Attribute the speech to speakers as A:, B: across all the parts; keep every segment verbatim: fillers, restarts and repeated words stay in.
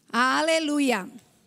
A: Aleluia.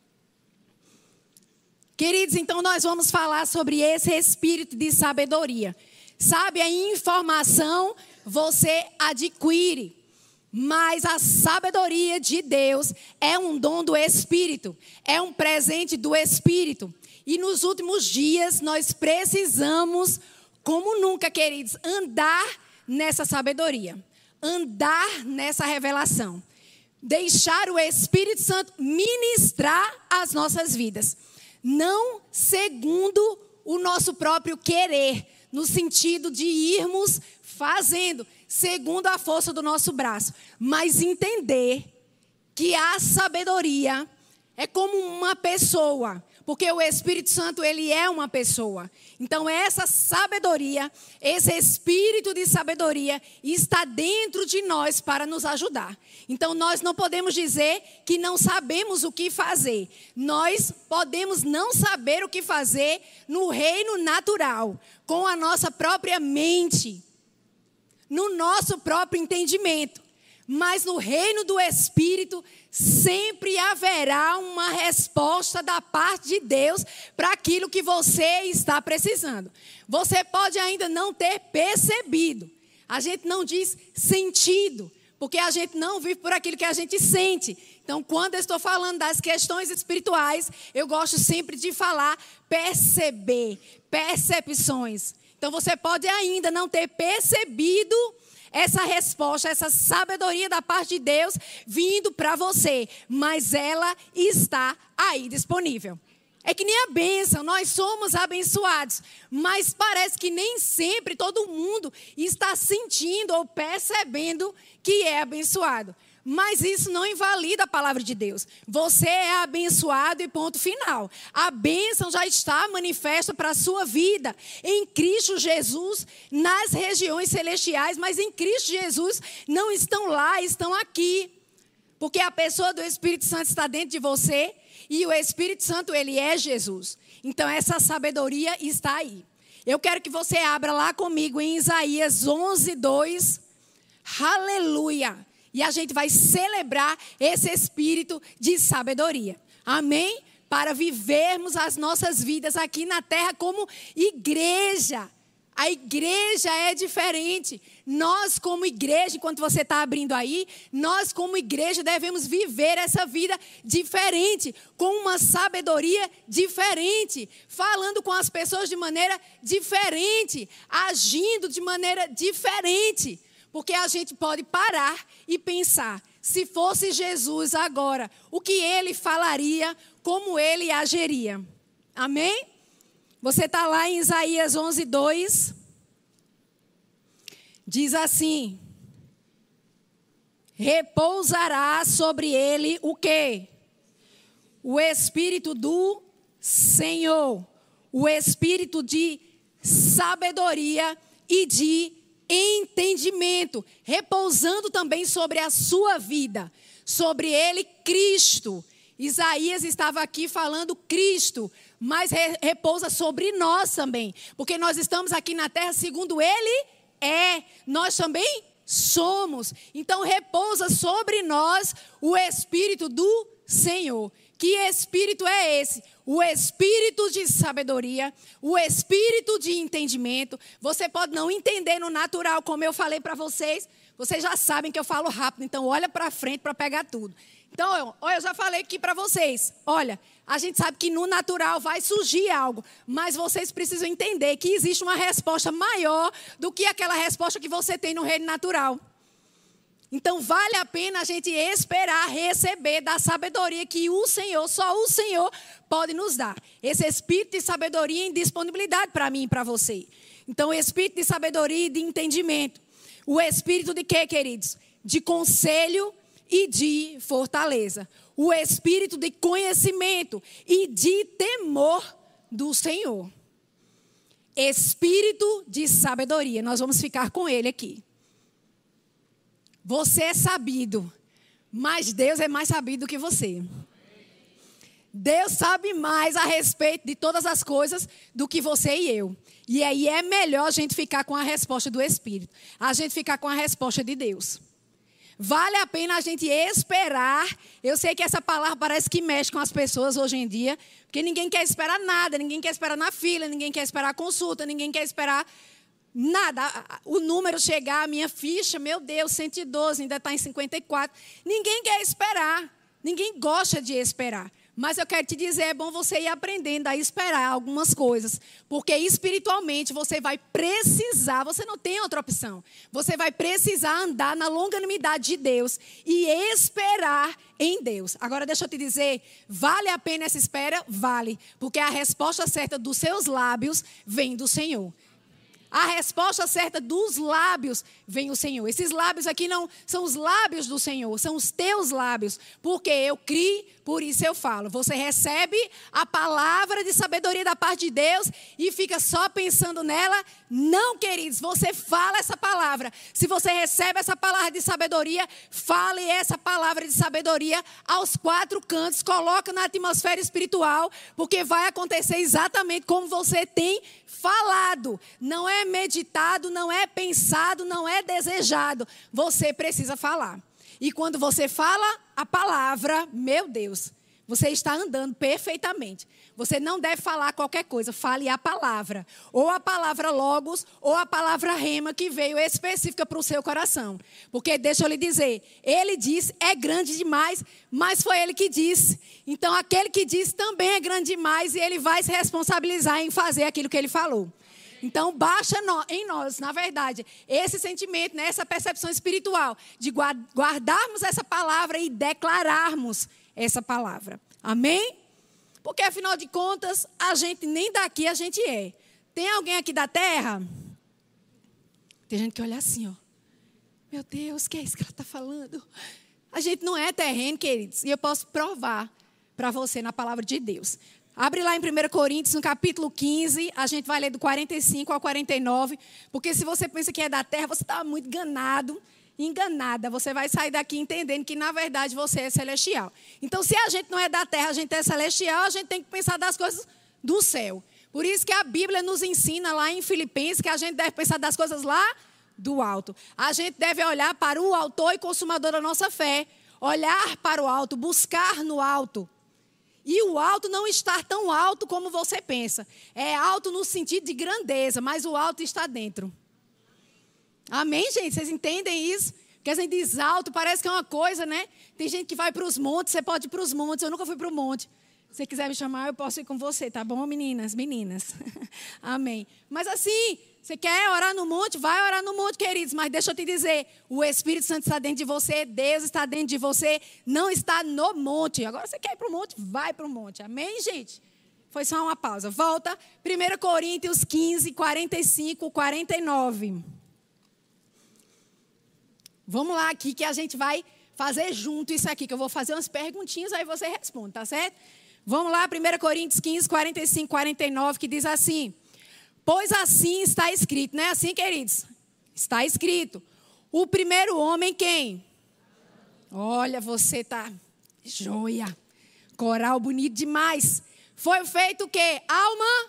A: Queridos, então nós vamos falar sobre esse espírito de sabedoria. Sabe, a informação você adquire, mas a sabedoria de Deus é um dom do Espírito, é um presente do Espírito. E nos últimos dias nós precisamos, como nunca, queridos, andar nessa sabedoria, andar nessa revelação. Deixar o Espírito Santo ministrar as nossas vidas. Não segundo o nosso próprio querer, no sentido de irmos fazendo, segundo a força do nosso braço. Mas entender que a sabedoria é como uma pessoa. Porque o Espírito Santo, ele é uma pessoa. Então, essa sabedoria, esse espírito de sabedoria está dentro de nós para nos ajudar. Então, nós não podemos dizer que não sabemos o que fazer. Nós podemos não saber o que fazer no reino natural, com a nossa própria mente, no nosso próprio entendimento. Mas no reino do Espírito, sempre haverá uma resposta da parte de Deus para aquilo que você está precisando. Você pode ainda não ter percebido. A gente não diz sentido, porque a gente não vive por aquilo que a gente sente. Então, quando eu estou falando das questões espirituais, eu gosto sempre de falar perceber, percepções. Então, você pode ainda não ter percebido essa resposta, essa sabedoria da parte de Deus vindo para você. Mas ela está aí disponível. É que nem a bênção, nós somos abençoados. Mas parece que nem sempre todo mundo está sentindo ou percebendo que é abençoado. Mas isso não invalida a palavra de Deus. Você é abençoado e ponto final. A bênção já está manifesta para a sua vida em Cristo Jesus, nas regiões celestiais. Mas em Cristo Jesus não estão lá, estão aqui. Porque a pessoa do Espírito Santo está dentro de você e o Espírito Santo, ele é Jesus. Então essa sabedoria está aí. Eu quero que você abra lá comigo em Isaías onze, dois. Aleluia! E a gente vai celebrar esse espírito de sabedoria. Amém? Para vivermos as nossas vidas aqui na terra como igreja. A igreja é diferente. Nós como igreja, enquanto você está abrindo aí, nós como igreja devemos viver essa vida diferente. Com uma sabedoria diferente. Falando com as pessoas de maneira diferente. Agindo de maneira diferente. Porque a gente pode parar e pensar, se fosse Jesus agora, o que ele falaria, como ele agiria. Amém? Você está lá em Isaías onze, dois. Diz assim: repousará sobre ele o quê? O Espírito do Senhor. O Espírito de sabedoria e de entendimento, repousando também sobre a sua vida, sobre ele Cristo. Isaías estava aqui falando Cristo, mas re- repousa sobre nós também, porque nós estamos aqui na terra segundo ele é, nós também somos. Então repousa sobre nós o Espírito do Senhor. Que espírito é esse? O espírito de sabedoria, o espírito de entendimento. Você pode não entender no natural, como eu falei para vocês. Vocês já sabem que eu falo rápido, então olha para frente para pegar tudo. Então, eu já falei aqui para vocês. Olha, a gente sabe que no natural vai surgir algo, mas vocês precisam entender que existe uma resposta maior do que aquela resposta que você tem no reino natural. Então, vale a pena a gente esperar receber da sabedoria que o Senhor, só o Senhor pode nos dar. Esse espírito de sabedoria em disponibilidade para mim e para você. Então, o espírito de sabedoria e de entendimento. O espírito de quê, queridos? De conselho e de fortaleza. O espírito de conhecimento e de temor do Senhor. Espírito de sabedoria. Nós vamos ficar com ele aqui. Você é sabido, mas Deus é mais sabido do que você. Deus sabe mais a respeito de todas as coisas do que você e eu. E aí é melhor a gente ficar com a resposta do Espírito. A gente ficar com a resposta de Deus. Vale a pena a gente esperar. Eu sei que essa palavra parece que mexe com as pessoas hoje em dia, porque ninguém quer esperar nada, ninguém quer esperar na fila, ninguém quer esperar a consulta, ninguém quer esperar nada. O número chegar, a minha ficha, meu Deus, cento e doze, ainda está em cinquenta e quatro. Ninguém quer esperar, ninguém gosta de esperar. Mas eu quero te dizer, é bom você ir aprendendo a esperar algumas coisas, porque espiritualmente você vai precisar, você não tem outra opção, você vai precisar andar na longanimidade de Deus e esperar em Deus. Agora deixa eu te dizer, vale a pena essa espera? Vale, porque a resposta certa dos seus lábios vem do Senhor. A resposta certa dos lábios vem o Senhor. Esses lábios aqui não são os lábios do Senhor, são os teus lábios. Porque eu criei, por isso eu falo. Você recebe a palavra de sabedoria da parte de Deus e fica só pensando nela? Não, queridos, você fala essa palavra. Se você recebe essa palavra de sabedoria, fale essa palavra de sabedoria aos quatro cantos. Coloca na atmosfera espiritual, porque vai acontecer exatamente como você tem falado. Não é meditado, não é pensado, não é desejado. Você precisa falar. E quando você fala a palavra, meu Deus, você está andando perfeitamente. Você não deve falar qualquer coisa, fale a palavra. Ou a palavra logos, ou a palavra rema que veio específica para o seu coração. Porque deixa eu lhe dizer, ele disse, é grande demais, mas foi ele que disse. Então aquele que disse também é grande demais e ele vai se responsabilizar em fazer aquilo que ele falou. Então, baixa em nós, na verdade, esse sentimento, né, essa percepção espiritual de guardarmos essa palavra e declararmos essa palavra. Amém? Porque, afinal de contas, a gente nem daqui a gente é. Tem alguém aqui da terra? Tem gente que olha assim, ó. Meu Deus, o que é isso que ela está falando? A gente não é terreno, queridos. E eu posso provar para você na palavra de Deus. Abre lá em primeira Coríntios, no capítulo quinze, a gente vai ler do quarenta e cinco ao quarenta e nove, porque se você pensa que é da terra, você está muito enganado, enganada. Você vai sair daqui entendendo que, na verdade, você é celestial. Então, se a gente não é da terra, a gente é celestial, a gente tem que pensar das coisas do céu. Por isso que a Bíblia nos ensina lá em Filipenses que a gente deve pensar das coisas lá do alto. A gente deve olhar para o autor e consumador da nossa fé, olhar para o alto, buscar no alto. E o alto não está tão alto como você pensa. É alto no sentido de grandeza, mas o alto está dentro. Amém, gente? Vocês entendem isso? Porque a gente diz alto, parece que é uma coisa, né? Tem gente que vai para os montes, você pode ir para os montes. Eu nunca fui para o monte. Se você quiser me chamar, eu posso ir com você, tá bom, meninas? Meninas. Amém. Mas assim, você quer orar no monte? Vai orar no monte, queridos. Mas deixa eu te dizer, o Espírito Santo está dentro de você, Deus está dentro de você, não está no monte. Agora você quer ir para o monte? Vai para o monte. Amém, gente? Foi só uma pausa. Volta, primeira Coríntios quinze, quarenta e cinco, quarenta e nove. Vamos lá aqui que a gente vai fazer junto isso aqui, que eu vou fazer umas perguntinhas, aí você responde, tá certo? Vamos lá, primeira Coríntios quinze, quarenta e cinco, quarenta e nove, que diz assim: pois assim está escrito, não é assim, queridos? Está escrito. O primeiro homem quem? Olha, você tá joia. Coral bonito demais. Foi feito o quê? Alma?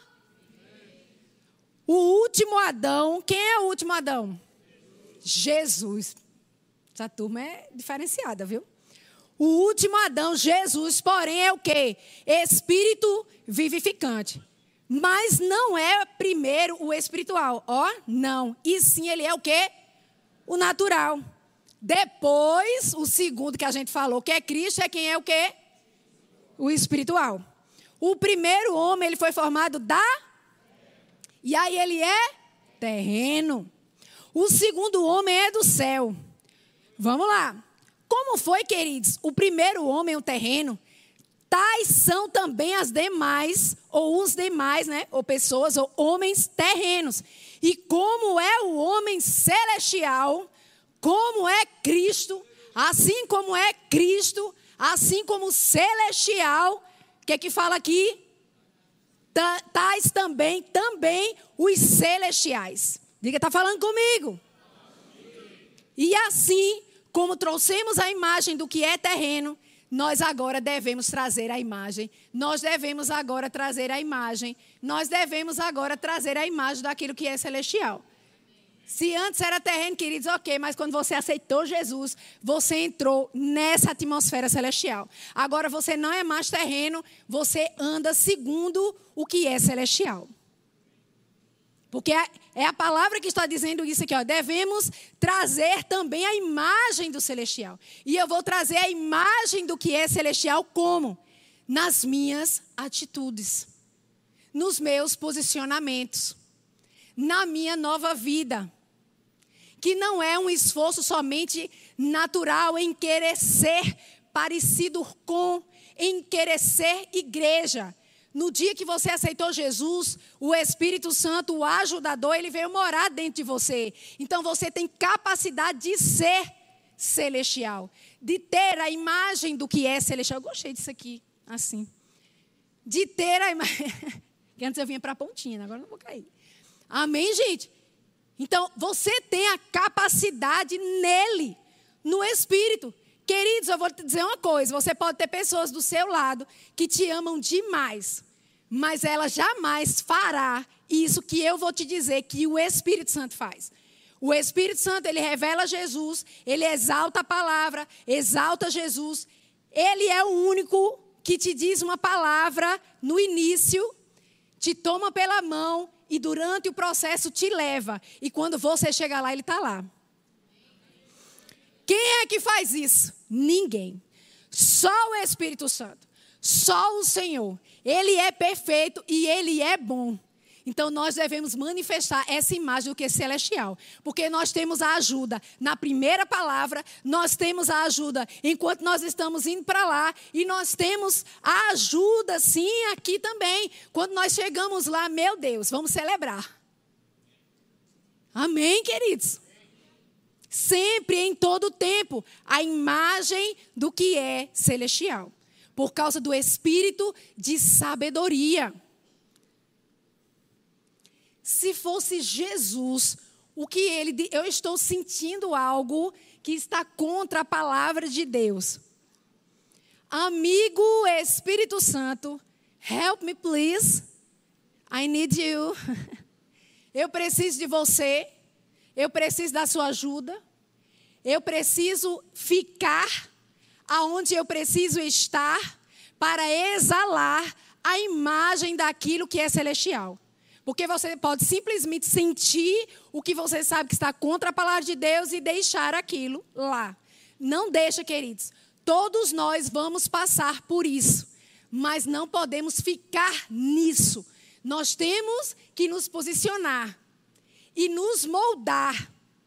A: O último Adão, quem é o último Adão? Jesus. Essa turma é diferenciada, viu? O último Adão, Jesus, porém, é o quê? Espírito vivificante. Mas não é primeiro o espiritual. Ó, não. E sim, ele é o quê? O natural. Depois, o segundo que a gente falou, que é Cristo, é quem é o quê? O espiritual. O primeiro homem, ele foi formado da... E aí ele é terreno. O segundo homem é do céu. Vamos lá. Como foi, queridos? O primeiro homem, o terreno, tais são também as demais, ou os demais, né? Ou pessoas, ou homens terrenos. E como é o homem celestial, como é Cristo, assim como é Cristo, assim como celestial, o que é que fala aqui? Tais também, também os celestiais. Diga, está falando comigo? E assim, como trouxemos a imagem do que é terreno, nós agora devemos trazer a imagem. Nós devemos agora trazer a imagem. Nós devemos agora trazer a imagem daquilo que é celestial. Se antes era terreno, queridos, ok, mas quando você aceitou Jesus, você entrou nessa atmosfera celestial. Agora você não é mais terreno, você anda segundo o que é celestial. Porque é a palavra que está dizendo isso aqui, ó. Devemos trazer também a imagem do celestial. E eu vou trazer a imagem do que é celestial como? Nas minhas atitudes, nos meus posicionamentos, na minha nova vida. Que não é um esforço somente natural em querer ser parecido com, em querer ser igreja. No dia que você aceitou Jesus, o Espírito Santo, o ajudador, ele veio morar dentro de você. Então você tem capacidade de ser celestial, de ter a imagem do que é celestial. Eu gostei disso aqui, assim. De ter a imagem. Antes eu vinha para a pontinha, agora eu não vou cair. Amém, gente? Então você tem a capacidade nele, no Espírito. Queridos, eu vou te dizer uma coisa, você pode ter pessoas do seu lado que te amam demais, mas ela jamais fará isso que eu vou te dizer que o Espírito Santo faz. O Espírito Santo, ele revela Jesus, ele exalta a palavra, exalta Jesus. Ele é o único que te diz uma palavra no início, te toma pela mão e durante o processo te leva. E quando você chegar lá, ele está lá. Quem é que faz isso? Ninguém. Só o Espírito Santo. Só o Senhor. Ele é perfeito e ele é bom. Então nós devemos manifestar essa imagem do que é celestial. Porque nós temos a ajuda na primeira palavra, nós temos a ajuda enquanto nós estamos indo para lá. E nós temos a ajuda, sim, aqui também. Quando nós chegamos lá, meu Deus, vamos celebrar. Amém, queridos? Sempre, em todo o tempo, a imagem do que é celestial. Por causa do espírito de sabedoria. Se fosse Jesus, o que ele, eu estou sentindo algo que está contra a palavra de Deus. Amigo Espírito Santo, help me please. I need you. Eu preciso de você. Eu preciso da sua ajuda. Eu preciso ficar aonde eu preciso estar para exalar a imagem daquilo que é celestial. Porque você pode simplesmente sentir o que você sabe que está contra a palavra de Deus e deixar aquilo lá. Não deixa, queridos. Todos nós vamos passar por isso. Mas não podemos ficar nisso. Nós temos que nos posicionar e nos moldar.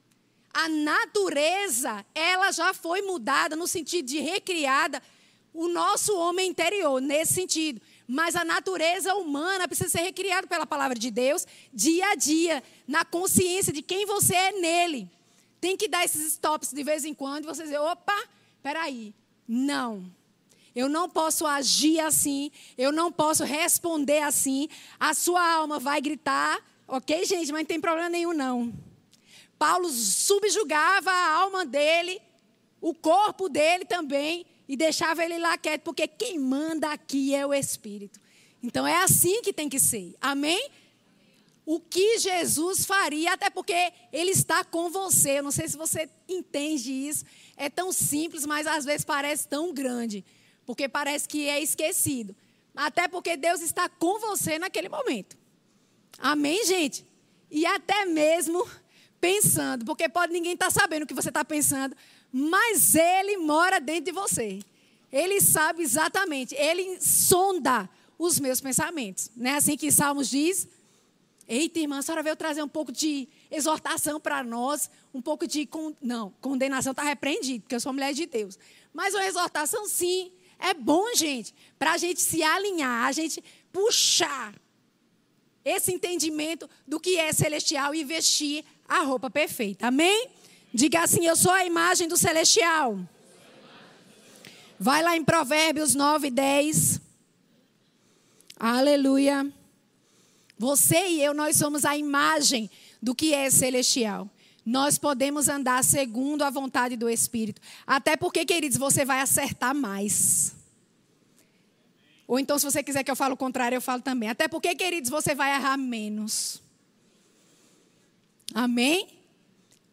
A: A natureza, ela já foi mudada no sentido de recriada o nosso homem interior, nesse sentido. Mas a natureza humana precisa ser recriada pela palavra de Deus, dia a dia, na consciência de quem você é nele. Tem que dar esses stops de vez em quando e você dizer, opa, peraí, não. Eu não posso agir assim, eu não posso responder assim. A sua alma vai gritar, ok, gente, mas não tem problema nenhum, não. Paulo subjugava a alma dele, o corpo dele também, e deixava ele lá quieto, porque quem manda aqui é o Espírito. Então é assim que tem que ser, amém? O que Jesus faria, até porque ele está com você. Eu não sei se você entende isso, é tão simples, mas às vezes parece tão grande, porque parece que é esquecido. Até porque Deus está com você naquele momento. Amém, gente? E até mesmo pensando, porque pode ninguém estar sabendo o que você está pensando, mas Ele mora dentro de você. Ele sabe exatamente, Ele sonda os meus pensamentos. Não é assim que Salmos diz? Eita, irmã, a senhora veio trazer um pouco de exortação para nós, um pouco de... Con... Não, condenação está repreendido, porque eu sou mulher de Deus. Mas uma exortação, sim, é bom, gente, para a gente se alinhar, a gente puxar esse entendimento do que é celestial e vestir a roupa perfeita. Amém? Diga assim, eu sou a imagem do celestial. Vai lá em Provérbios nove, dez. Aleluia. Você e eu, nós somos a imagem do que é celestial. Nós podemos andar segundo a vontade do Espírito. Até porque, queridos, você vai acertar mais. Ou então, se você quiser que eu fale o contrário, eu falo também. Até porque, queridos, você vai errar menos. Amém?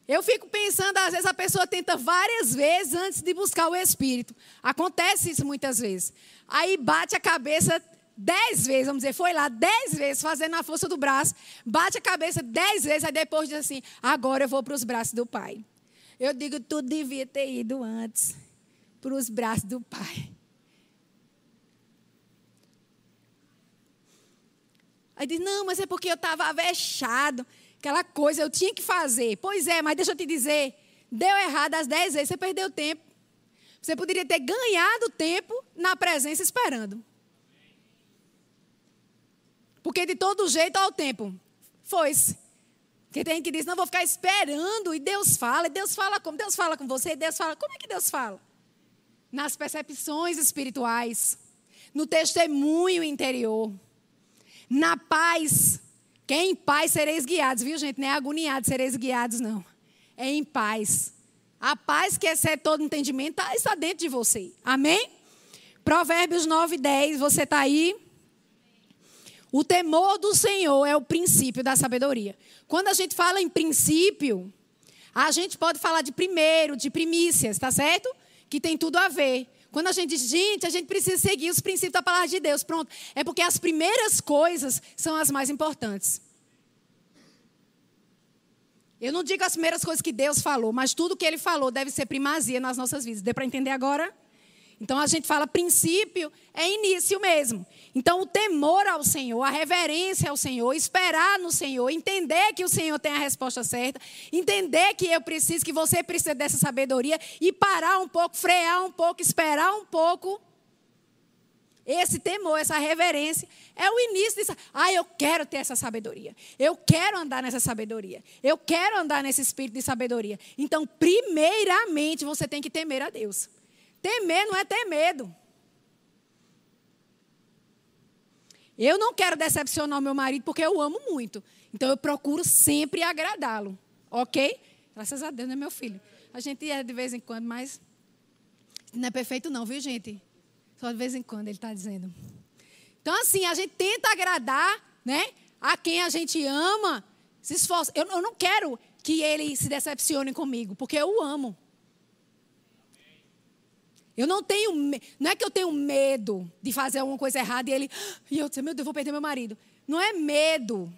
A: Eu fico pensando, às vezes a pessoa tenta várias vezes antes de buscar o Espírito. Acontece isso muitas vezes. Aí bate a cabeça dez vezes, vamos dizer, foi lá dez vezes, fazendo a força do braço, bate a cabeça dez vezes, aí depois diz assim, agora eu vou para os braços do Pai. Eu digo, tu devia ter ido antes para os braços do Pai. Aí diz, não, mas é porque eu estava avexado. Aquela coisa eu tinha que fazer. Pois é, mas deixa eu te dizer, deu errado às dez vezes, você perdeu tempo. Você poderia ter ganhado tempo na presença esperando. Porque de todo jeito, ao tempo, foi-se. Porque tem gente que diz, não, vou ficar esperando, e Deus fala. E Deus fala como? Deus fala com você, e Deus fala. Como é que Deus fala? Nas percepções espirituais, no testemunho interior, na paz. Que em paz sereis guiados, viu, gente? Não é agoniados, sereis guiados, não. É em paz. A paz que excede todo entendimento está dentro de você. Amém? Provérbios nove, dez, você está aí? O temor do Senhor é o princípio da sabedoria. Quando a gente fala em princípio, a gente pode falar de primeiro, de primícias, tá certo? Que tem tudo a ver. Quando a gente diz, gente, a gente precisa seguir os princípios da palavra de Deus. Pronto. É porque as primeiras coisas são as mais importantes. Eu não digo as primeiras coisas que Deus falou, mas tudo que Ele falou deve ser primazia nas nossas vidas. Deu para entender agora? Então, a gente fala princípio, é início mesmo. Então, o temor ao Senhor, a reverência ao Senhor, esperar no Senhor, entender que o Senhor tem a resposta certa, entender que eu preciso, que você precisa dessa sabedoria e parar um pouco, frear um pouco, esperar um pouco. Esse temor, essa reverência, é o início disso. Ah, eu quero ter essa sabedoria. Eu quero andar nessa sabedoria. Eu quero andar nesse espírito de sabedoria. Então, primeiramente, você tem que temer a Deus. Temer não é ter medo. Eu não quero decepcionar o meu marido porque eu amo muito. Então, eu procuro sempre agradá-lo. Ok? Graças a Deus, né, meu filho? A gente é de vez em quando, mas não é perfeito não, viu, gente? Só de vez em quando, ele está dizendo. Então, assim, a gente tenta agradar, né, a quem a gente ama, se esforça. Eu, eu não quero que ele se decepcione comigo, porque eu o amo. Eu não tenho, não é que eu tenho medo de fazer alguma coisa errada e ele, e eu disse, meu Deus, eu vou perder meu marido. Não é medo.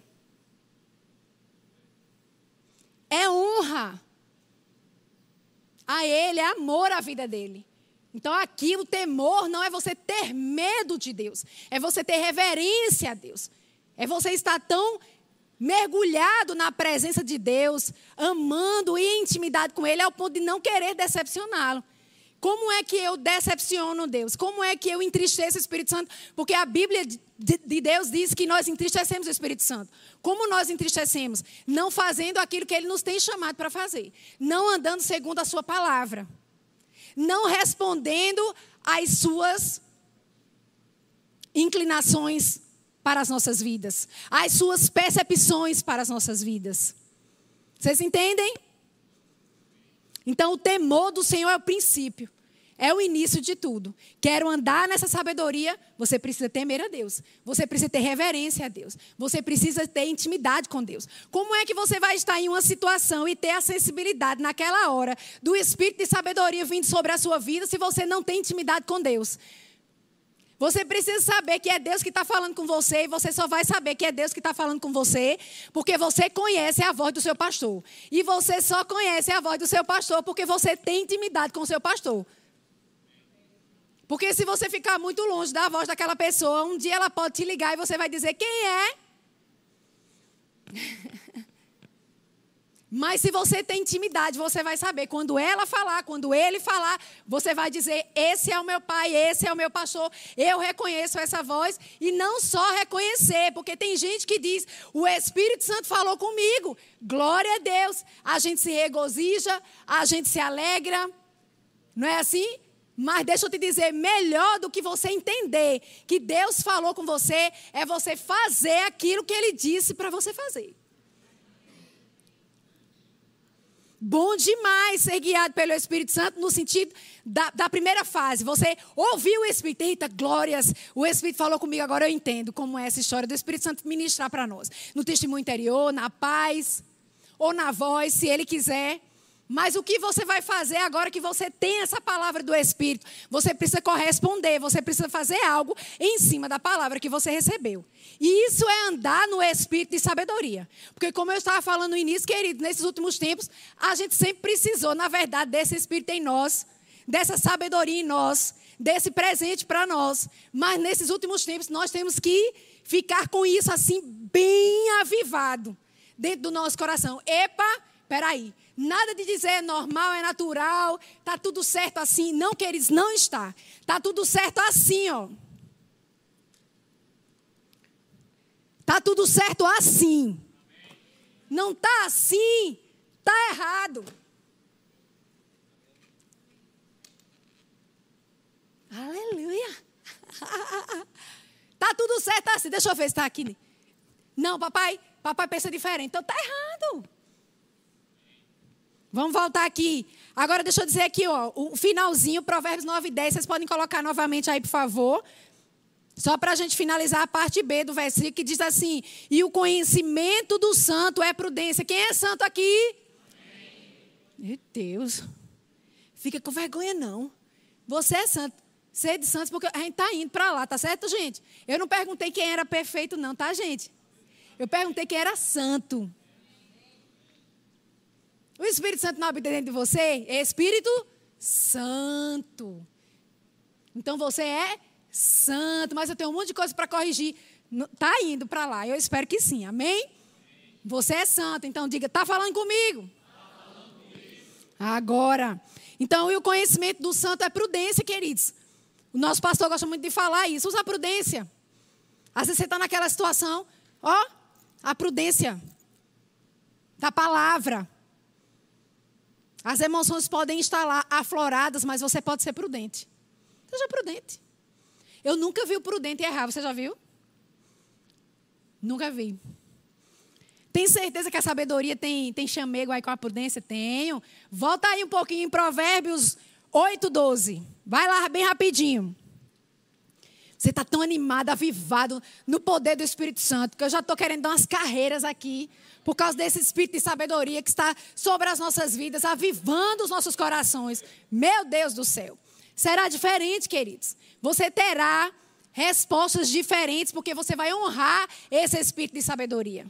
A: É honra a ele, é amor à vida dele. Então aqui o temor não é você ter medo de Deus, é você ter reverência a Deus. É você estar tão mergulhado na presença de Deus, amando e em intimidade com Ele ao ponto de não querer decepcioná-lo. Como é que eu decepciono Deus? Como é que eu entristeço o Espírito Santo? Porque a Bíblia de Deus diz que nós entristecemos o Espírito Santo. Como nós entristecemos? Não fazendo aquilo que Ele nos tem chamado para fazer. Não andando segundo a sua palavra. Não respondendo às suas inclinações para as nossas vidas. Às suas percepções para as nossas vidas. Vocês entendem? Então, o temor do Senhor é o princípio. É o início de tudo. Quero andar nessa sabedoria, você precisa temer a Deus. Você precisa ter reverência a Deus. Você precisa ter intimidade com Deus. Como é que você vai estar em uma situação e ter a sensibilidade naquela hora do Espírito de sabedoria vindo sobre a sua vida se você não tem intimidade com Deus? Você precisa saber que é Deus que está falando com você e você só vai saber que é Deus que está falando com você porque você conhece a voz do seu pastor. E você só conhece a voz do seu pastor porque você tem intimidade com o seu pastor. Porque se você ficar muito longe da voz daquela pessoa, um dia ela pode te ligar e você vai dizer, quem é? Mas se você tem intimidade, você vai saber. Quando ela falar, quando ele falar, você vai dizer, esse é o meu pai, esse é o meu pastor. Eu reconheço essa voz. E não só reconhecer, porque tem gente que diz, o Espírito Santo falou comigo. Glória a Deus. A gente se regozija, a gente se alegra. Não é assim? Mas deixa eu te dizer, melhor do que você entender que Deus falou com você, é você fazer aquilo que Ele disse para você fazer. Bom demais ser guiado pelo Espírito Santo no sentido da, da primeira fase. Você ouviu o Espírito, eita, glórias, o Espírito falou comigo, agora eu entendo como é essa história do Espírito Santo ministrar para nós. No testemunho interior, na paz. ou na voz, se Ele quiser. Mas o que você vai fazer agora que você tem essa palavra do Espírito? Você precisa corresponder, você precisa fazer algo em cima da palavra que você recebeu. E isso é andar no Espírito de sabedoria. Porque como eu estava falando no início, querido, nesses últimos tempos, a gente sempre precisou, na verdade, desse Espírito em nós, dessa sabedoria em nós, desse presente para nós. Mas nesses últimos tempos, nós temos que ficar com isso assim, bem avivado, dentro do nosso coração. Epa, peraí. Nada de dizer é normal, é natural, está tudo certo assim. Não, queridos, não está. Está tudo certo assim, ó. Está tudo certo assim. Não está assim, está errado. Aleluia. Está tudo certo assim. Deixa eu ver se está aqui. Não, papai, papai pensa diferente. Então está errado. Vamos voltar aqui. Agora deixa eu dizer aqui, ó, o finalzinho, Provérbios nove e dez. Vocês podem colocar novamente aí, por favor. Só para a gente finalizar a parte B do versículo, que diz assim: e o conhecimento do santo é prudência. Quem é santo aqui? Amém. Meu Deus. Fica com vergonha, não. Você é santo. Sede santos, porque a gente está indo para lá, tá certo, gente? Eu não perguntei quem era perfeito, não, tá, gente? Eu perguntei quem era santo. O Espírito Santo não habita dentro de você? É Espírito Santo. Então você é santo, mas eu tenho um monte de coisa para corrigir. Está indo para lá, eu espero que sim, amém? Você é santo, então diga, está falando comigo? Tá falando comigo. Agora, então, e o conhecimento do santo é prudência, queridos. O nosso pastor gosta muito de falar isso, usa a prudência. Às vezes você está naquela situação, ó, a prudência da palavra. As emoções podem estar lá afloradas, mas você pode ser prudente. Seja prudente. Eu nunca vi o prudente errar. Você já viu? Nunca vi. Tem certeza que a sabedoria tem, tem chamego aí com a prudência? Tenho. Volta aí um pouquinho em Provérbios oito, doze. Vai lá bem rapidinho. Você está tão animado, avivado no poder do Espírito Santo, que eu já estou querendo dar umas carreiras aqui, por causa desse Espírito de sabedoria que está sobre as nossas vidas, avivando os nossos corações. Meu Deus do céu. Será diferente, queridos. Você terá respostas diferentes, porque você vai honrar esse Espírito de sabedoria.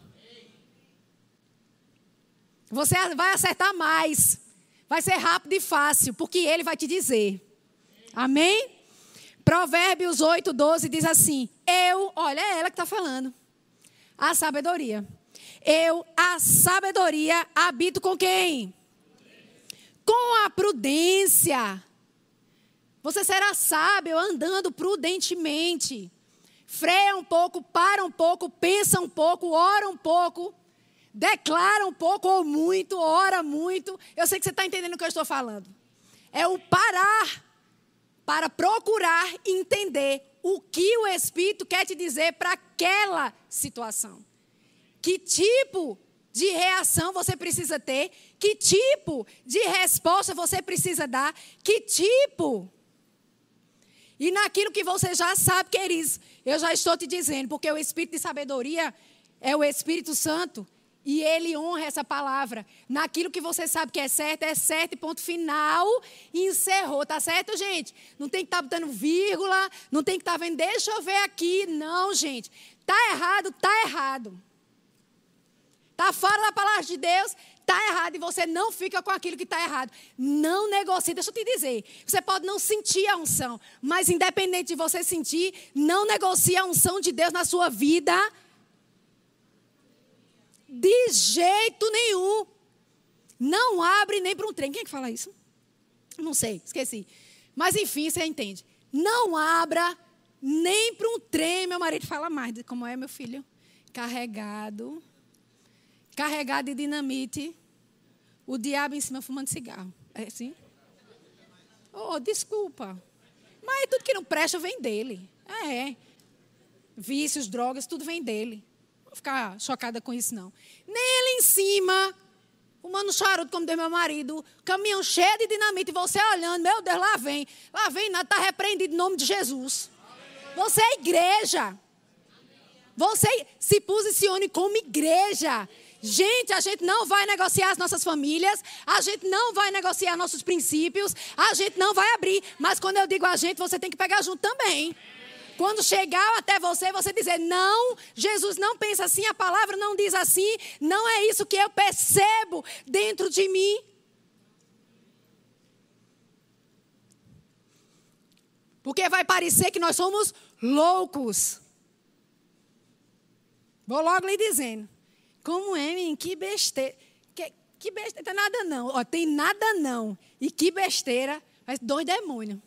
A: Você vai acertar mais. Vai ser rápido e fácil, porque Ele vai te dizer. Amém? Provérbios oito, doze diz assim: eu, olha, é ela que está falando. A sabedoria. Eu, a sabedoria, habito com quem? Com a prudência. Você será sábio andando prudentemente. Freia um pouco, para um pouco, pensa um pouco, ora um pouco, declara um pouco ou muito, ora muito. Eu sei que você está entendendo o que eu estou falando. É o parar para procurar entender o que o Espírito quer te dizer para aquela situação. Que tipo de reação você precisa ter? Que tipo de resposta você precisa dar? Que tipo? E naquilo que você já sabe, queridos, eu já estou te dizendo, porque o Espírito de sabedoria é o Espírito Santo e ele honra essa palavra. Naquilo que você sabe que é certo, é certo e ponto final e encerrou. Tá certo, gente? Não tem que estar botando vírgula, não tem que estar vendo, deixa eu ver aqui. Não, gente. Tá errado, tá errado. Tá fora da palavra de Deus, tá errado. E você não fica com aquilo que está errado. Não negocie. Deixa eu te dizer. Você pode não sentir a unção, mas independente de você sentir, não negocie a unção de Deus na sua vida. De jeito nenhum. Não abre nem para um trem. Quem é que fala isso? Não sei, esqueci. Mas enfim, você entende. Não abra nem para um trem. Meu marido fala mais. Como é, meu filho? Carregado. Carregado de dinamite. O diabo em cima fumando cigarro. É assim? Oh, desculpa. Mas tudo que não presta vem dele. É. Vícios, drogas, tudo vem dele. Não vou ficar chocada com isso, não. Nem ele em cima, fumando charuto como deu meu marido, caminhão cheio de dinamite, e você olhando, meu Deus, lá vem. Lá vem nada, está repreendido em nome de Jesus. Você é igreja. Você se posicione como igreja. Gente, a gente não vai negociar as nossas famílias, a gente não vai negociar nossos princípios, a gente não vai abrir. Mas quando eu digo a gente, você tem que pegar junto também. Quando chegar até você, você dizer, não, Jesus não pensa assim, a palavra não diz assim, não é isso que eu percebo dentro de mim. Porque vai parecer que nós somos loucos. Vou logo lhe dizendo. Como é, menino? Que besteira. Que, que besteira. Tem nada não. Ó, tem nada não. E que besteira. Mas dois demônios.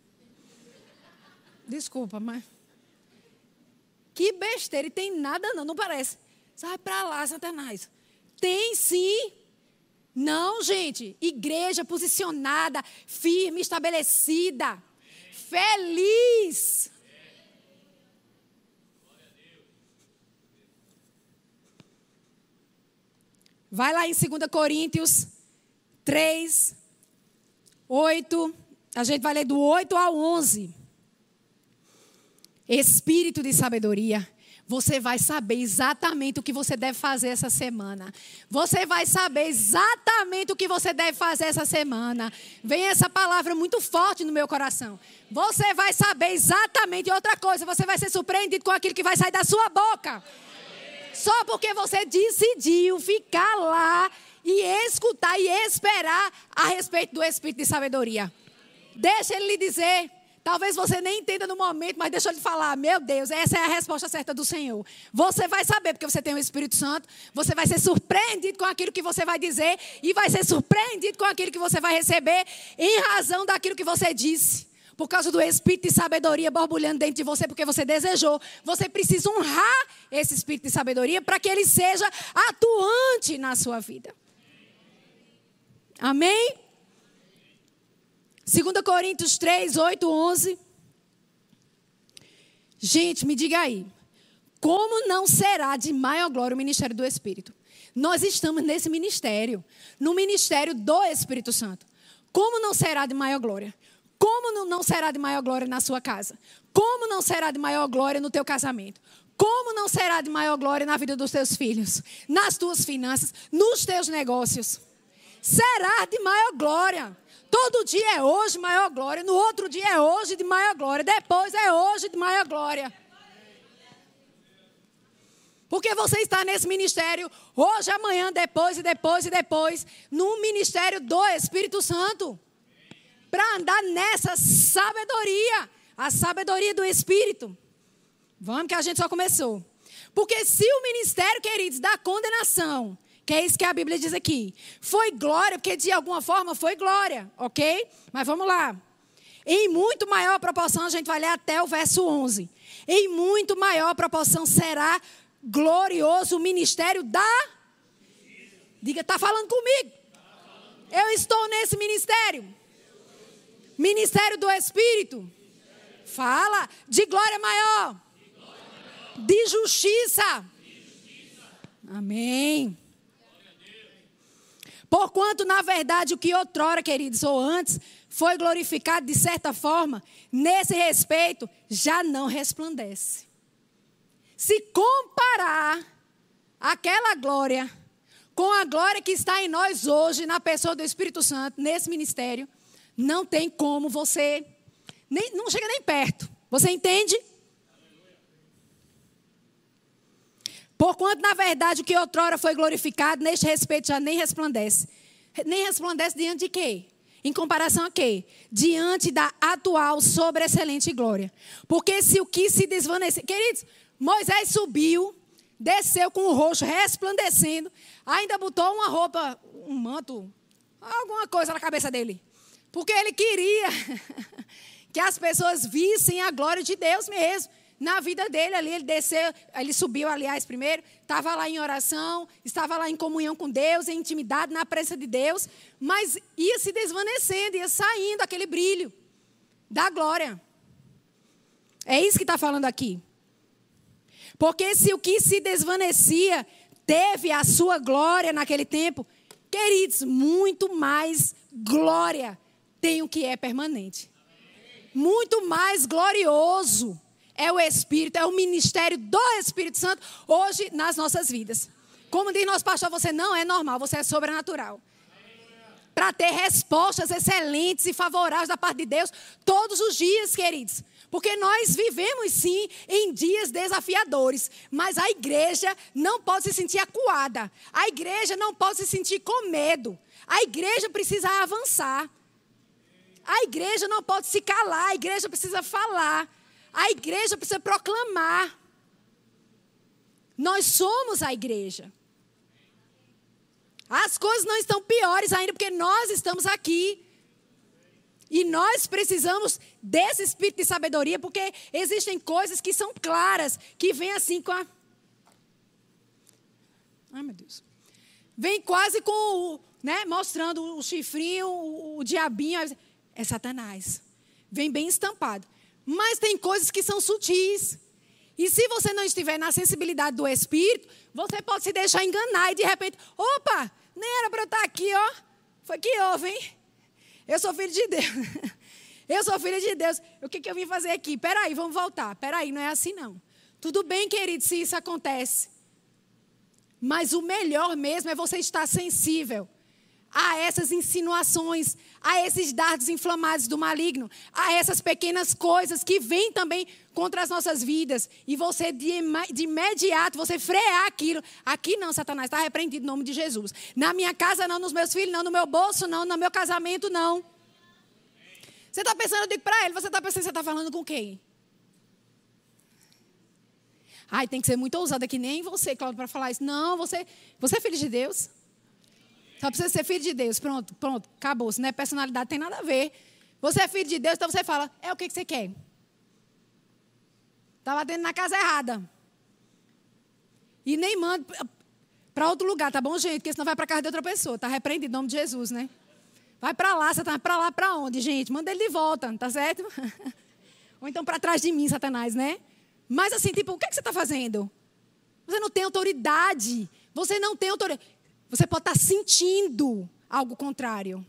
A: Desculpa, mas... Que besteira. E tem nada não. Não parece. Sai pra lá, Satanás. Tem sim. Não, gente. Igreja posicionada, firme, estabelecida. Feliz. Vai lá em dois Coríntios três, oito. A gente vai ler do oito ao onze. Espírito de sabedoria. Você vai saber exatamente o que você deve fazer essa semana. Você vai saber exatamente o que você deve fazer essa semana. Vem essa palavra muito forte no meu coração. Você vai saber exatamente outra coisa. Você vai ser surpreendido com aquilo que vai sair da sua boca. Só porque você decidiu ficar lá e escutar e esperar a respeito do Espírito de sabedoria. Deixa ele lhe dizer. Talvez você nem entenda no momento, mas deixa eu lhe falar. Meu Deus, essa é a resposta certa do Senhor. Você vai saber, porque você tem o Espírito Santo. Você vai ser surpreendido com aquilo que você vai dizer. E vai ser surpreendido com aquilo que você vai receber. Em razão daquilo que você disse. Por causa do Espírito de sabedoria borbulhando dentro de você, porque você desejou. Você precisa honrar esse Espírito de sabedoria para que ele seja atuante na sua vida. Amém? dois Coríntios três, oito, onze. Gente, me diga aí. Como não será de maior glória o ministério do Espírito? Nós estamos nesse ministério. No ministério do Espírito Santo. Como não será de maior glória? Como não será de maior glória na sua casa? Como não será de maior glória no teu casamento? Como não será de maior glória na vida dos teus filhos? Nas tuas finanças? Nos teus negócios? Será de maior glória. Todo dia é hoje maior glória. No outro dia é hoje de maior glória. Depois é hoje de maior glória. Porque você está nesse ministério hoje, amanhã, depois e depois e depois. No ministério do Espírito Santo. Para andar nessa sabedoria. A sabedoria do Espírito. Vamos que a gente só começou. Porque se o ministério, queridos, da condenação, que é isso que a Bíblia diz aqui, foi glória, porque de alguma forma foi glória, ok? Mas vamos lá. Em muito maior proporção, a gente vai ler até o verso onze. Em muito maior proporção será glorioso o ministério da... Diga, está falando comigo? Eu estou nesse ministério. Ministério do Espírito. Fala de glória maior. De justiça. Amém. Porquanto, na verdade, o que outrora, queridos, ou antes, foi glorificado de certa forma, nesse respeito, já não resplandece. Se comparar aquela glória com a glória que está em nós hoje, na pessoa do Espírito Santo, nesse ministério, não tem como você, nem, não chega nem perto. Você entende? Porquanto, na verdade, o que outrora foi glorificado, neste respeito já nem resplandece. Nem resplandece diante de quê? Em comparação a quê? Diante da atual sobreexcelente glória. Porque se o que se desvanecer... Queridos, Moisés subiu, desceu com o rosto resplandecendo, ainda botou uma roupa, um manto, alguma coisa na cabeça dele. Porque ele queria que as pessoas vissem a glória de Deus mesmo. Na vida dele ali, ele desceu, ele subiu, aliás, primeiro, estava lá em oração, estava lá em comunhão com Deus, em intimidade, na presença de Deus, mas ia se desvanecendo, ia saindo aquele brilho da glória. É isso que está falando aqui. Porque se o que se desvanecia teve a sua glória naquele tempo, queridos, muito mais glória tem o que é permanente. Muito mais glorioso é o Espírito, é o ministério do Espírito Santo hoje nas nossas vidas. Como diz nosso pastor, você não é normal, você é sobrenatural. Para ter respostas excelentes e favoráveis da parte de Deus todos os dias, queridos. Porque nós vivemos, sim, em dias desafiadores. Mas a igreja não pode se sentir acuada. A igreja não pode se sentir com medo. A igreja precisa avançar. A igreja não pode se calar. A igreja precisa falar. A igreja precisa proclamar. Nós somos a igreja. As coisas não estão piores ainda porque nós estamos aqui. E nós precisamos desse espírito de sabedoria porque existem coisas que são claras, que vêm assim com a... Ai, meu Deus. Vem quase com o, né, mostrando o chifrinho, o, o diabinho. É Satanás. Vem bem estampado. Mas tem coisas que são sutis. E se você não estiver na sensibilidade do espírito, você pode se deixar enganar e de repente, opa, nem era para eu estar aqui, ó. Foi que houve, hein? Eu sou filho de Deus. Eu sou filho de Deus. O que, que eu vim fazer aqui? Peraí, vamos voltar. Peraí, não é assim não. Tudo bem, querido, se isso acontece. Mas o melhor mesmo é você estar sensível a essas insinuações, a esses dardos inflamados do maligno, a essas pequenas coisas que vêm também contra as nossas vidas. E você, de, de imediato, você frear aquilo. Aqui não, Satanás, está repreendido no nome de Jesus. Na minha casa não, nos meus filhos não, no meu bolso não, no meu casamento não. Você está pensando, eu digo para ele, você está pensando, você está falando com quem? Ai, tem que ser muito ousada, que nem você, Cláudio, para falar isso. Não, você, você é filho de Deus. Só precisa ser filho de Deus. Pronto, pronto, acabou. Se não é personalidade, tem nada a ver. Você é filho de Deus, então você fala, é o que, que você quer? Está batendo na casa errada. E nem manda para outro lugar, tá bom, gente? Porque senão vai para a casa de outra pessoa. Está repreendido em nome de Jesus, né? Vai para lá, Satanás. Para lá, para onde, gente? Manda ele de volta, tá certo? Ou então para trás de mim, Satanás, né? Mas assim, tipo, o que, é que você está fazendo? Você não tem autoridade. Você não tem autoridade. Você pode estar sentindo algo contrário.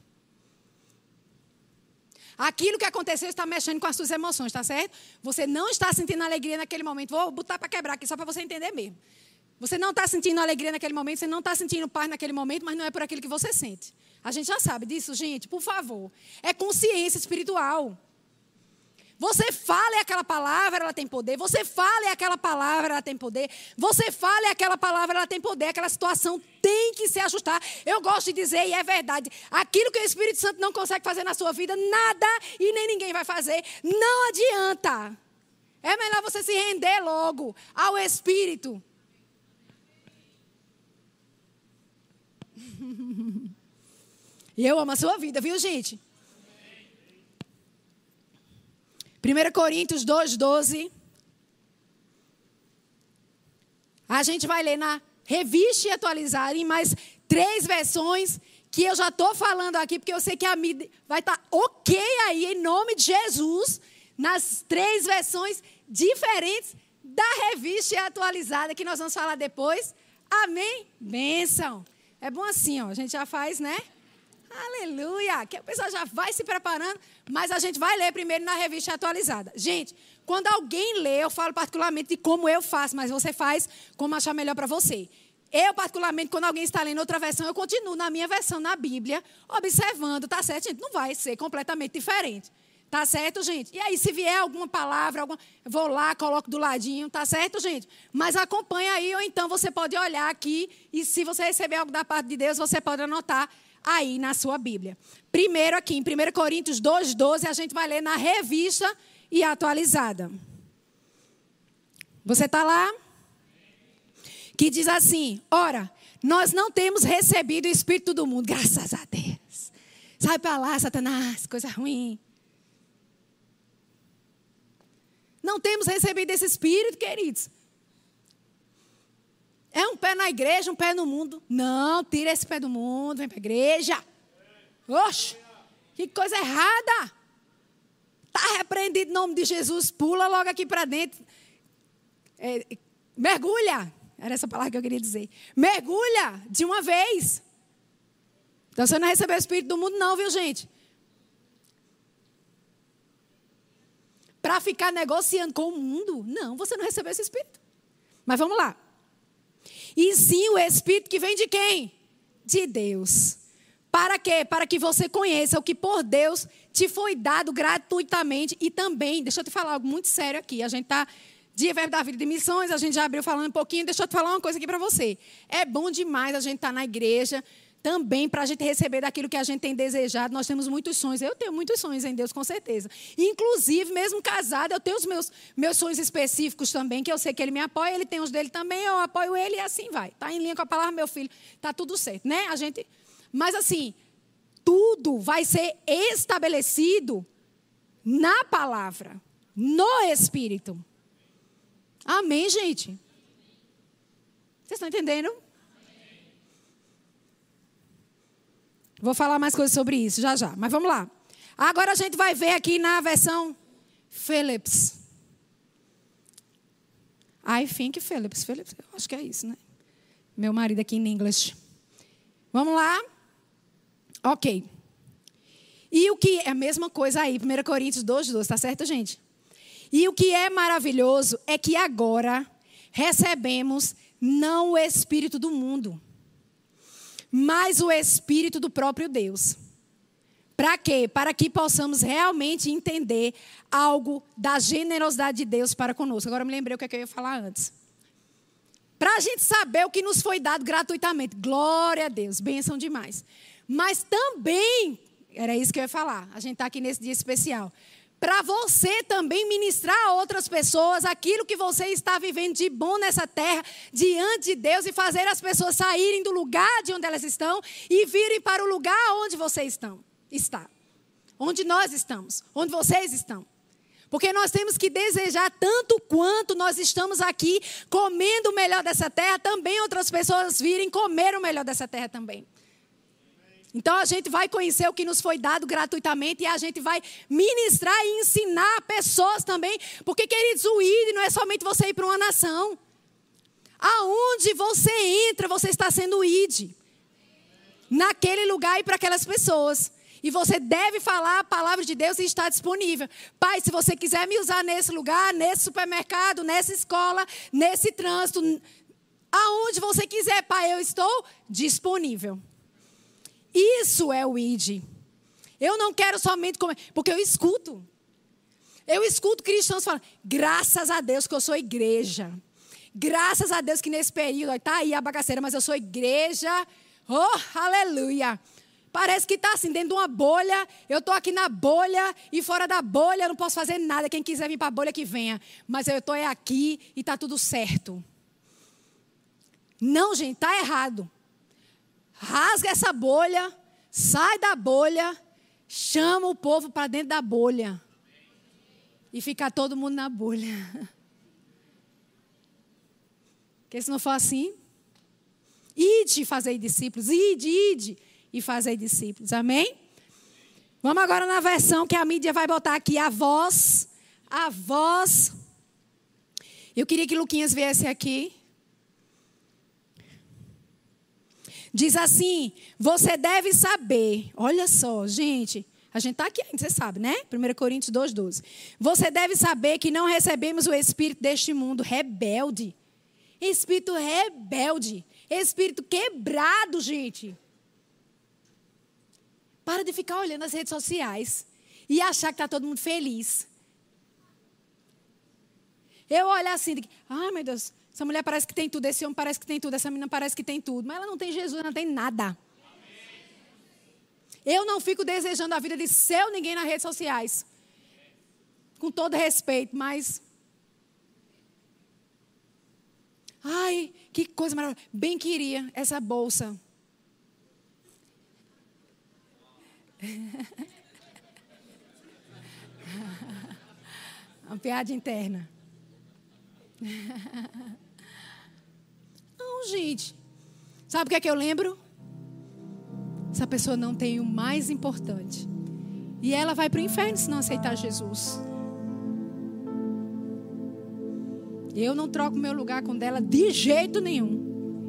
A: Aquilo que aconteceu está mexendo com as suas emoções, tá certo? Você não está sentindo alegria naquele momento. Vou botar para quebrar aqui só para você entender mesmo. Você não está sentindo alegria naquele momento, você não está sentindo paz naquele momento, mas não é por aquilo que você sente. A gente já sabe disso, gente, por favor. É consciência espiritual. Você fala e aquela palavra, ela tem poder. Você fala e aquela palavra, ela tem poder. Você fala e aquela palavra, ela tem poder. Aquela situação tem que se ajustar. Eu gosto de dizer, e é verdade, aquilo que o Espírito Santo não consegue fazer na sua vida, nada e nem ninguém vai fazer. Não adianta. É melhor você se render logo ao Espírito. E eu amo a sua vida, viu, gente? primeira Coríntios dois, doze. A gente vai ler na Revista e Atualizada em mais três versões que eu já estou falando aqui, porque eu sei que a mídia vai estar ok aí, em nome de Jesus, nas três versões diferentes da Revista e Atualizada, que nós vamos falar depois. Amém? Bênção. É bom assim, ó, a gente já faz, né? Aleluia! Que a pessoa já vai se preparando, mas a gente vai ler primeiro na Revista Atualizada. Gente, quando alguém lê, eu falo particularmente de como eu faço, mas você faz como achar melhor para você. Eu, particularmente, quando alguém está lendo outra versão, eu continuo na minha versão, na Bíblia, observando, tá certo, gente? Não vai ser completamente diferente. Tá certo, gente? E aí, se vier alguma palavra, alguma... eu vou lá, coloco do ladinho, tá certo, gente? Mas acompanha aí, ou então você pode olhar aqui, e se você receber algo da parte de Deus, você pode anotar aí na sua Bíblia. Primeiro aqui, em primeira Coríntios dois, doze, a gente vai ler na Revista e Atualizada. Você está lá? Que diz assim, ora, nós não temos recebido o Espírito do mundo, graças a Deus. Sai para lá, Satanás, coisa ruim. Não temos recebido esse Espírito, queridos. É um pé na igreja, um pé no mundo. Não, tira esse pé do mundo, vem para a igreja. Oxe, que coisa errada. Está repreendido em nome de Jesus, pula logo aqui para dentro. É, mergulha, era essa palavra que eu queria dizer. Mergulha de uma vez. Então você não recebeu o Espírito do mundo não, viu, gente? Para ficar negociando com o mundo, não, você não recebeu esse Espírito. Mas vamos lá. E sim o Espírito que vem de quem? De Deus. Para quê? Para que você conheça o que por Deus te foi dado gratuitamente. E também, deixa eu te falar algo muito sério aqui. A gente está, Dia Verbo da Vida de Missões, a gente já abriu falando um pouquinho. Deixa eu te falar uma coisa aqui para você. É bom demais a gente estar na igreja também para a gente receber daquilo que a gente tem desejado. Nós temos muitos sonhos. Eu tenho muitos sonhos em Deus, com certeza. Inclusive, mesmo casada, eu tenho os meus, meus sonhos específicos também, que eu sei que Ele me apoia, Ele tem os dele também, eu apoio Ele e assim vai. Está em linha com a palavra, meu filho, está tudo certo, né? A gente... Mas assim, tudo vai ser estabelecido na palavra, no Espírito. Amém, gente? Vocês estão entendendo? Vou falar mais coisas sobre isso já já, mas vamos lá. Agora a gente vai ver aqui na versão Phillips. I think Phillips. Phillips, eu acho que é isso, né? Meu marido aqui em inglês. Vamos lá. Ok. E o que é a mesma coisa aí, primeira Coríntios dois, doze, tá certo, gente? E o que é maravilhoso é que agora recebemos não o Espírito do mundo, mas o Espírito do próprio Deus. Para quê? Para que possamos realmente entender algo da generosidade de Deus para conosco. Agora eu me lembrei o que, é que eu ia falar antes. Para a gente saber o que nos foi dado gratuitamente. Glória a Deus, bênção demais. Mas também, era isso que eu ia falar, a gente está aqui nesse dia especial. Para você também ministrar a outras pessoas aquilo que você está vivendo de bom nessa terra, diante de Deus, e fazer as pessoas saírem do lugar de onde elas estão e virem para o lugar onde você estão, está. Onde nós estamos, onde vocês estão. Porque nós temos que desejar tanto quanto nós estamos aqui comendo o melhor dessa terra, também outras pessoas virem comer o melhor dessa terra também. Então a gente vai conhecer o que nos foi dado gratuitamente e a gente vai ministrar e ensinar pessoas também. Porque, queridos, o I D não é somente você ir para uma nação. Aonde você entra, você está sendo I D. Naquele lugar e para aquelas pessoas. E você deve falar a palavra de Deus e estar disponível. Pai, se você quiser me usar nesse lugar, nesse supermercado, nessa escola, nesse trânsito, aonde você quiser, Pai, eu estou disponível. Isso é o I D. Eu não quero somente comer, porque eu escuto. Eu escuto cristãos falando, graças a Deus que eu sou igreja. Graças a Deus que nesse período, está aí a bagaceira, mas eu sou igreja. Oh, aleluia. Parece que está assim, dentro de uma bolha. Eu estou aqui na bolha e fora da bolha eu não posso fazer nada. Quem quiser vir para a bolha que venha. Mas eu estou aqui e está tudo certo. Não, gente, está errado. Rasga essa bolha, sai da bolha, chama o povo para dentro da bolha. E ficar todo mundo na bolha. Porque se não for assim, ide fazer discípulos, ide, ide e fazer discípulos, amém? Vamos agora na versão que a mídia vai botar aqui, a voz, a voz. Eu queria que Luquinhas viesse aqui. Diz assim, você deve saber, olha só, gente, a gente está aqui ainda, você sabe, né? primeira Coríntios dois, doze. Você deve saber que não recebemos o espírito deste mundo rebelde. Espírito rebelde, espírito quebrado, gente. Para de ficar olhando as redes sociais e achar que está todo mundo feliz. Eu olho assim, ai meu Deus, essa mulher parece que tem tudo, esse homem parece que tem tudo, essa menina parece que tem tudo. Mas ela não tem Jesus, ela não tem nada. Eu não fico desejando a vida de seu ninguém nas redes sociais. Com todo respeito, mas... Ai, que coisa maravilhosa. Bem queria essa bolsa. Uma piada interna. Não, gente. Sabe o que é que eu lembro? Essa pessoa não tem o mais importante. E ela vai para o inferno se não aceitar Jesus. Eu não troco meu lugar com dela de jeito nenhum.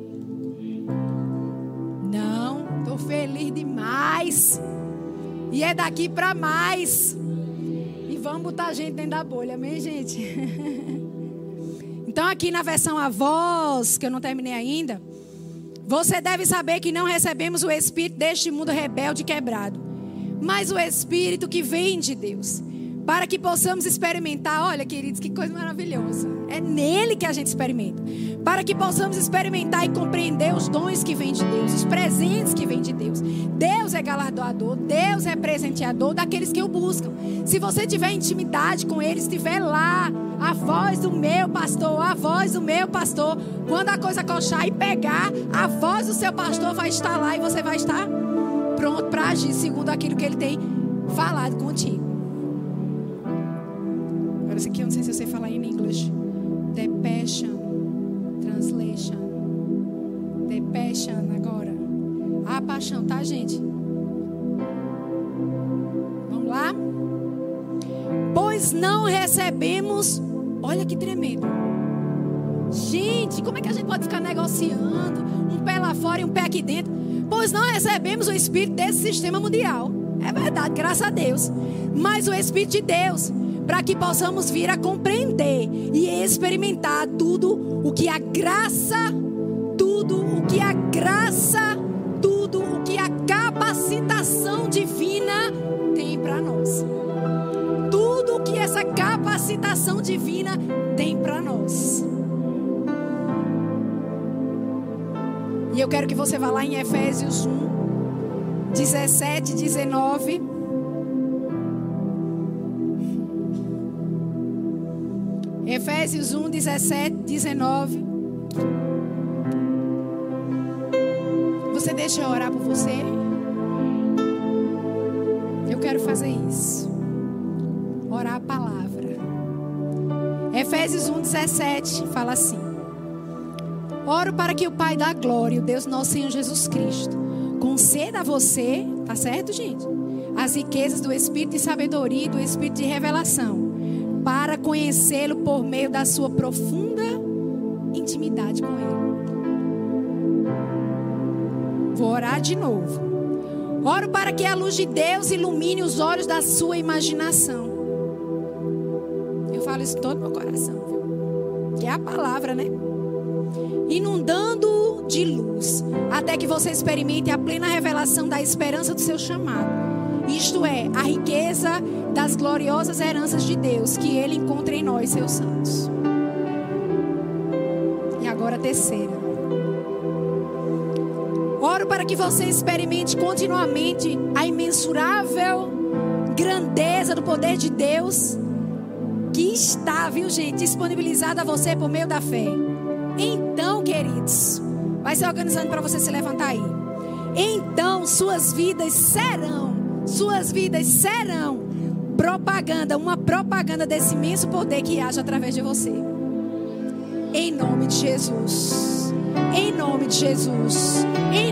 A: Não, estou feliz demais. E é daqui para mais. E vamos botar a gente dentro da bolha, amém, gente? Então aqui na versão A Voz, que eu não terminei ainda. Você deve saber que não recebemos o espírito deste mundo rebelde e quebrado, mas o espírito que vem de Deus, para que possamos experimentar. Olha, queridos, que coisa maravilhosa. É nele que a gente experimenta. Para que possamos experimentar e compreender os dons que vêm de Deus, os presentes que vêm de Deus. Deus é galardoador, Deus é presenteador daqueles que o buscam. Se você tiver intimidade com Ele, estiver lá, a voz do meu pastor, a voz do meu pastor, quando a coisa coxar e pegar, a voz do seu pastor vai estar lá e você vai estar pronto para agir segundo aquilo que Ele tem falado contigo. Agora isso aqui eu não sei se eu sei falar em inglês. The Passion Translation. The Passion agora. A paixão, tá, gente? Vamos lá? Pois não recebemos. Olha que tremendo. Gente, como é que a gente pode ficar negociando um pé lá fora e um pé aqui dentro? Pois não recebemos o espírito desse sistema mundial. É verdade, graças a Deus. Mas o espírito de Deus, para que possamos vir a compreender e experimentar tudo o que a graça, tudo o que a graça, tudo o que a capacitação divina tem para nós. Tudo o que essa capacitação divina tem para nós. E eu quero que você vá lá em Efésios um, dezessete, dezenove. Efésios um, dezessete, dezenove. Você deixa eu orar por você? Eu quero fazer isso. Orar a palavra. Efésios um, dezessete fala assim: oro para que o Pai da glória, o Deus nosso Senhor Jesus Cristo, conceda a você, tá certo, gente? As riquezas do Espírito de sabedoria e do Espírito de revelação, para conhecê-lo por meio da sua profunda intimidade com Ele. Vou orar de novo. Oro para que a luz de Deus ilumine os olhos da sua imaginação. Eu falo isso todo no meu coração, viu? Que é a palavra, né? Inundando de luz, até que você experimente a plena revelação da esperança do seu chamado. Isto é, a riqueza das gloriosas heranças de Deus que Ele encontra em nós, seus santos. E agora a terceira. Oro para que você experimente continuamente a imensurável grandeza do poder de Deus que está, viu, gente, disponibilizado a você por meio da fé. Então, queridos, vai se organizando para você se levantar aí. Então, suas vidas serão, suas vidas serão propaganda, uma propaganda desse imenso poder que age através de você. Em nome de Jesus. Em nome de Jesus. Em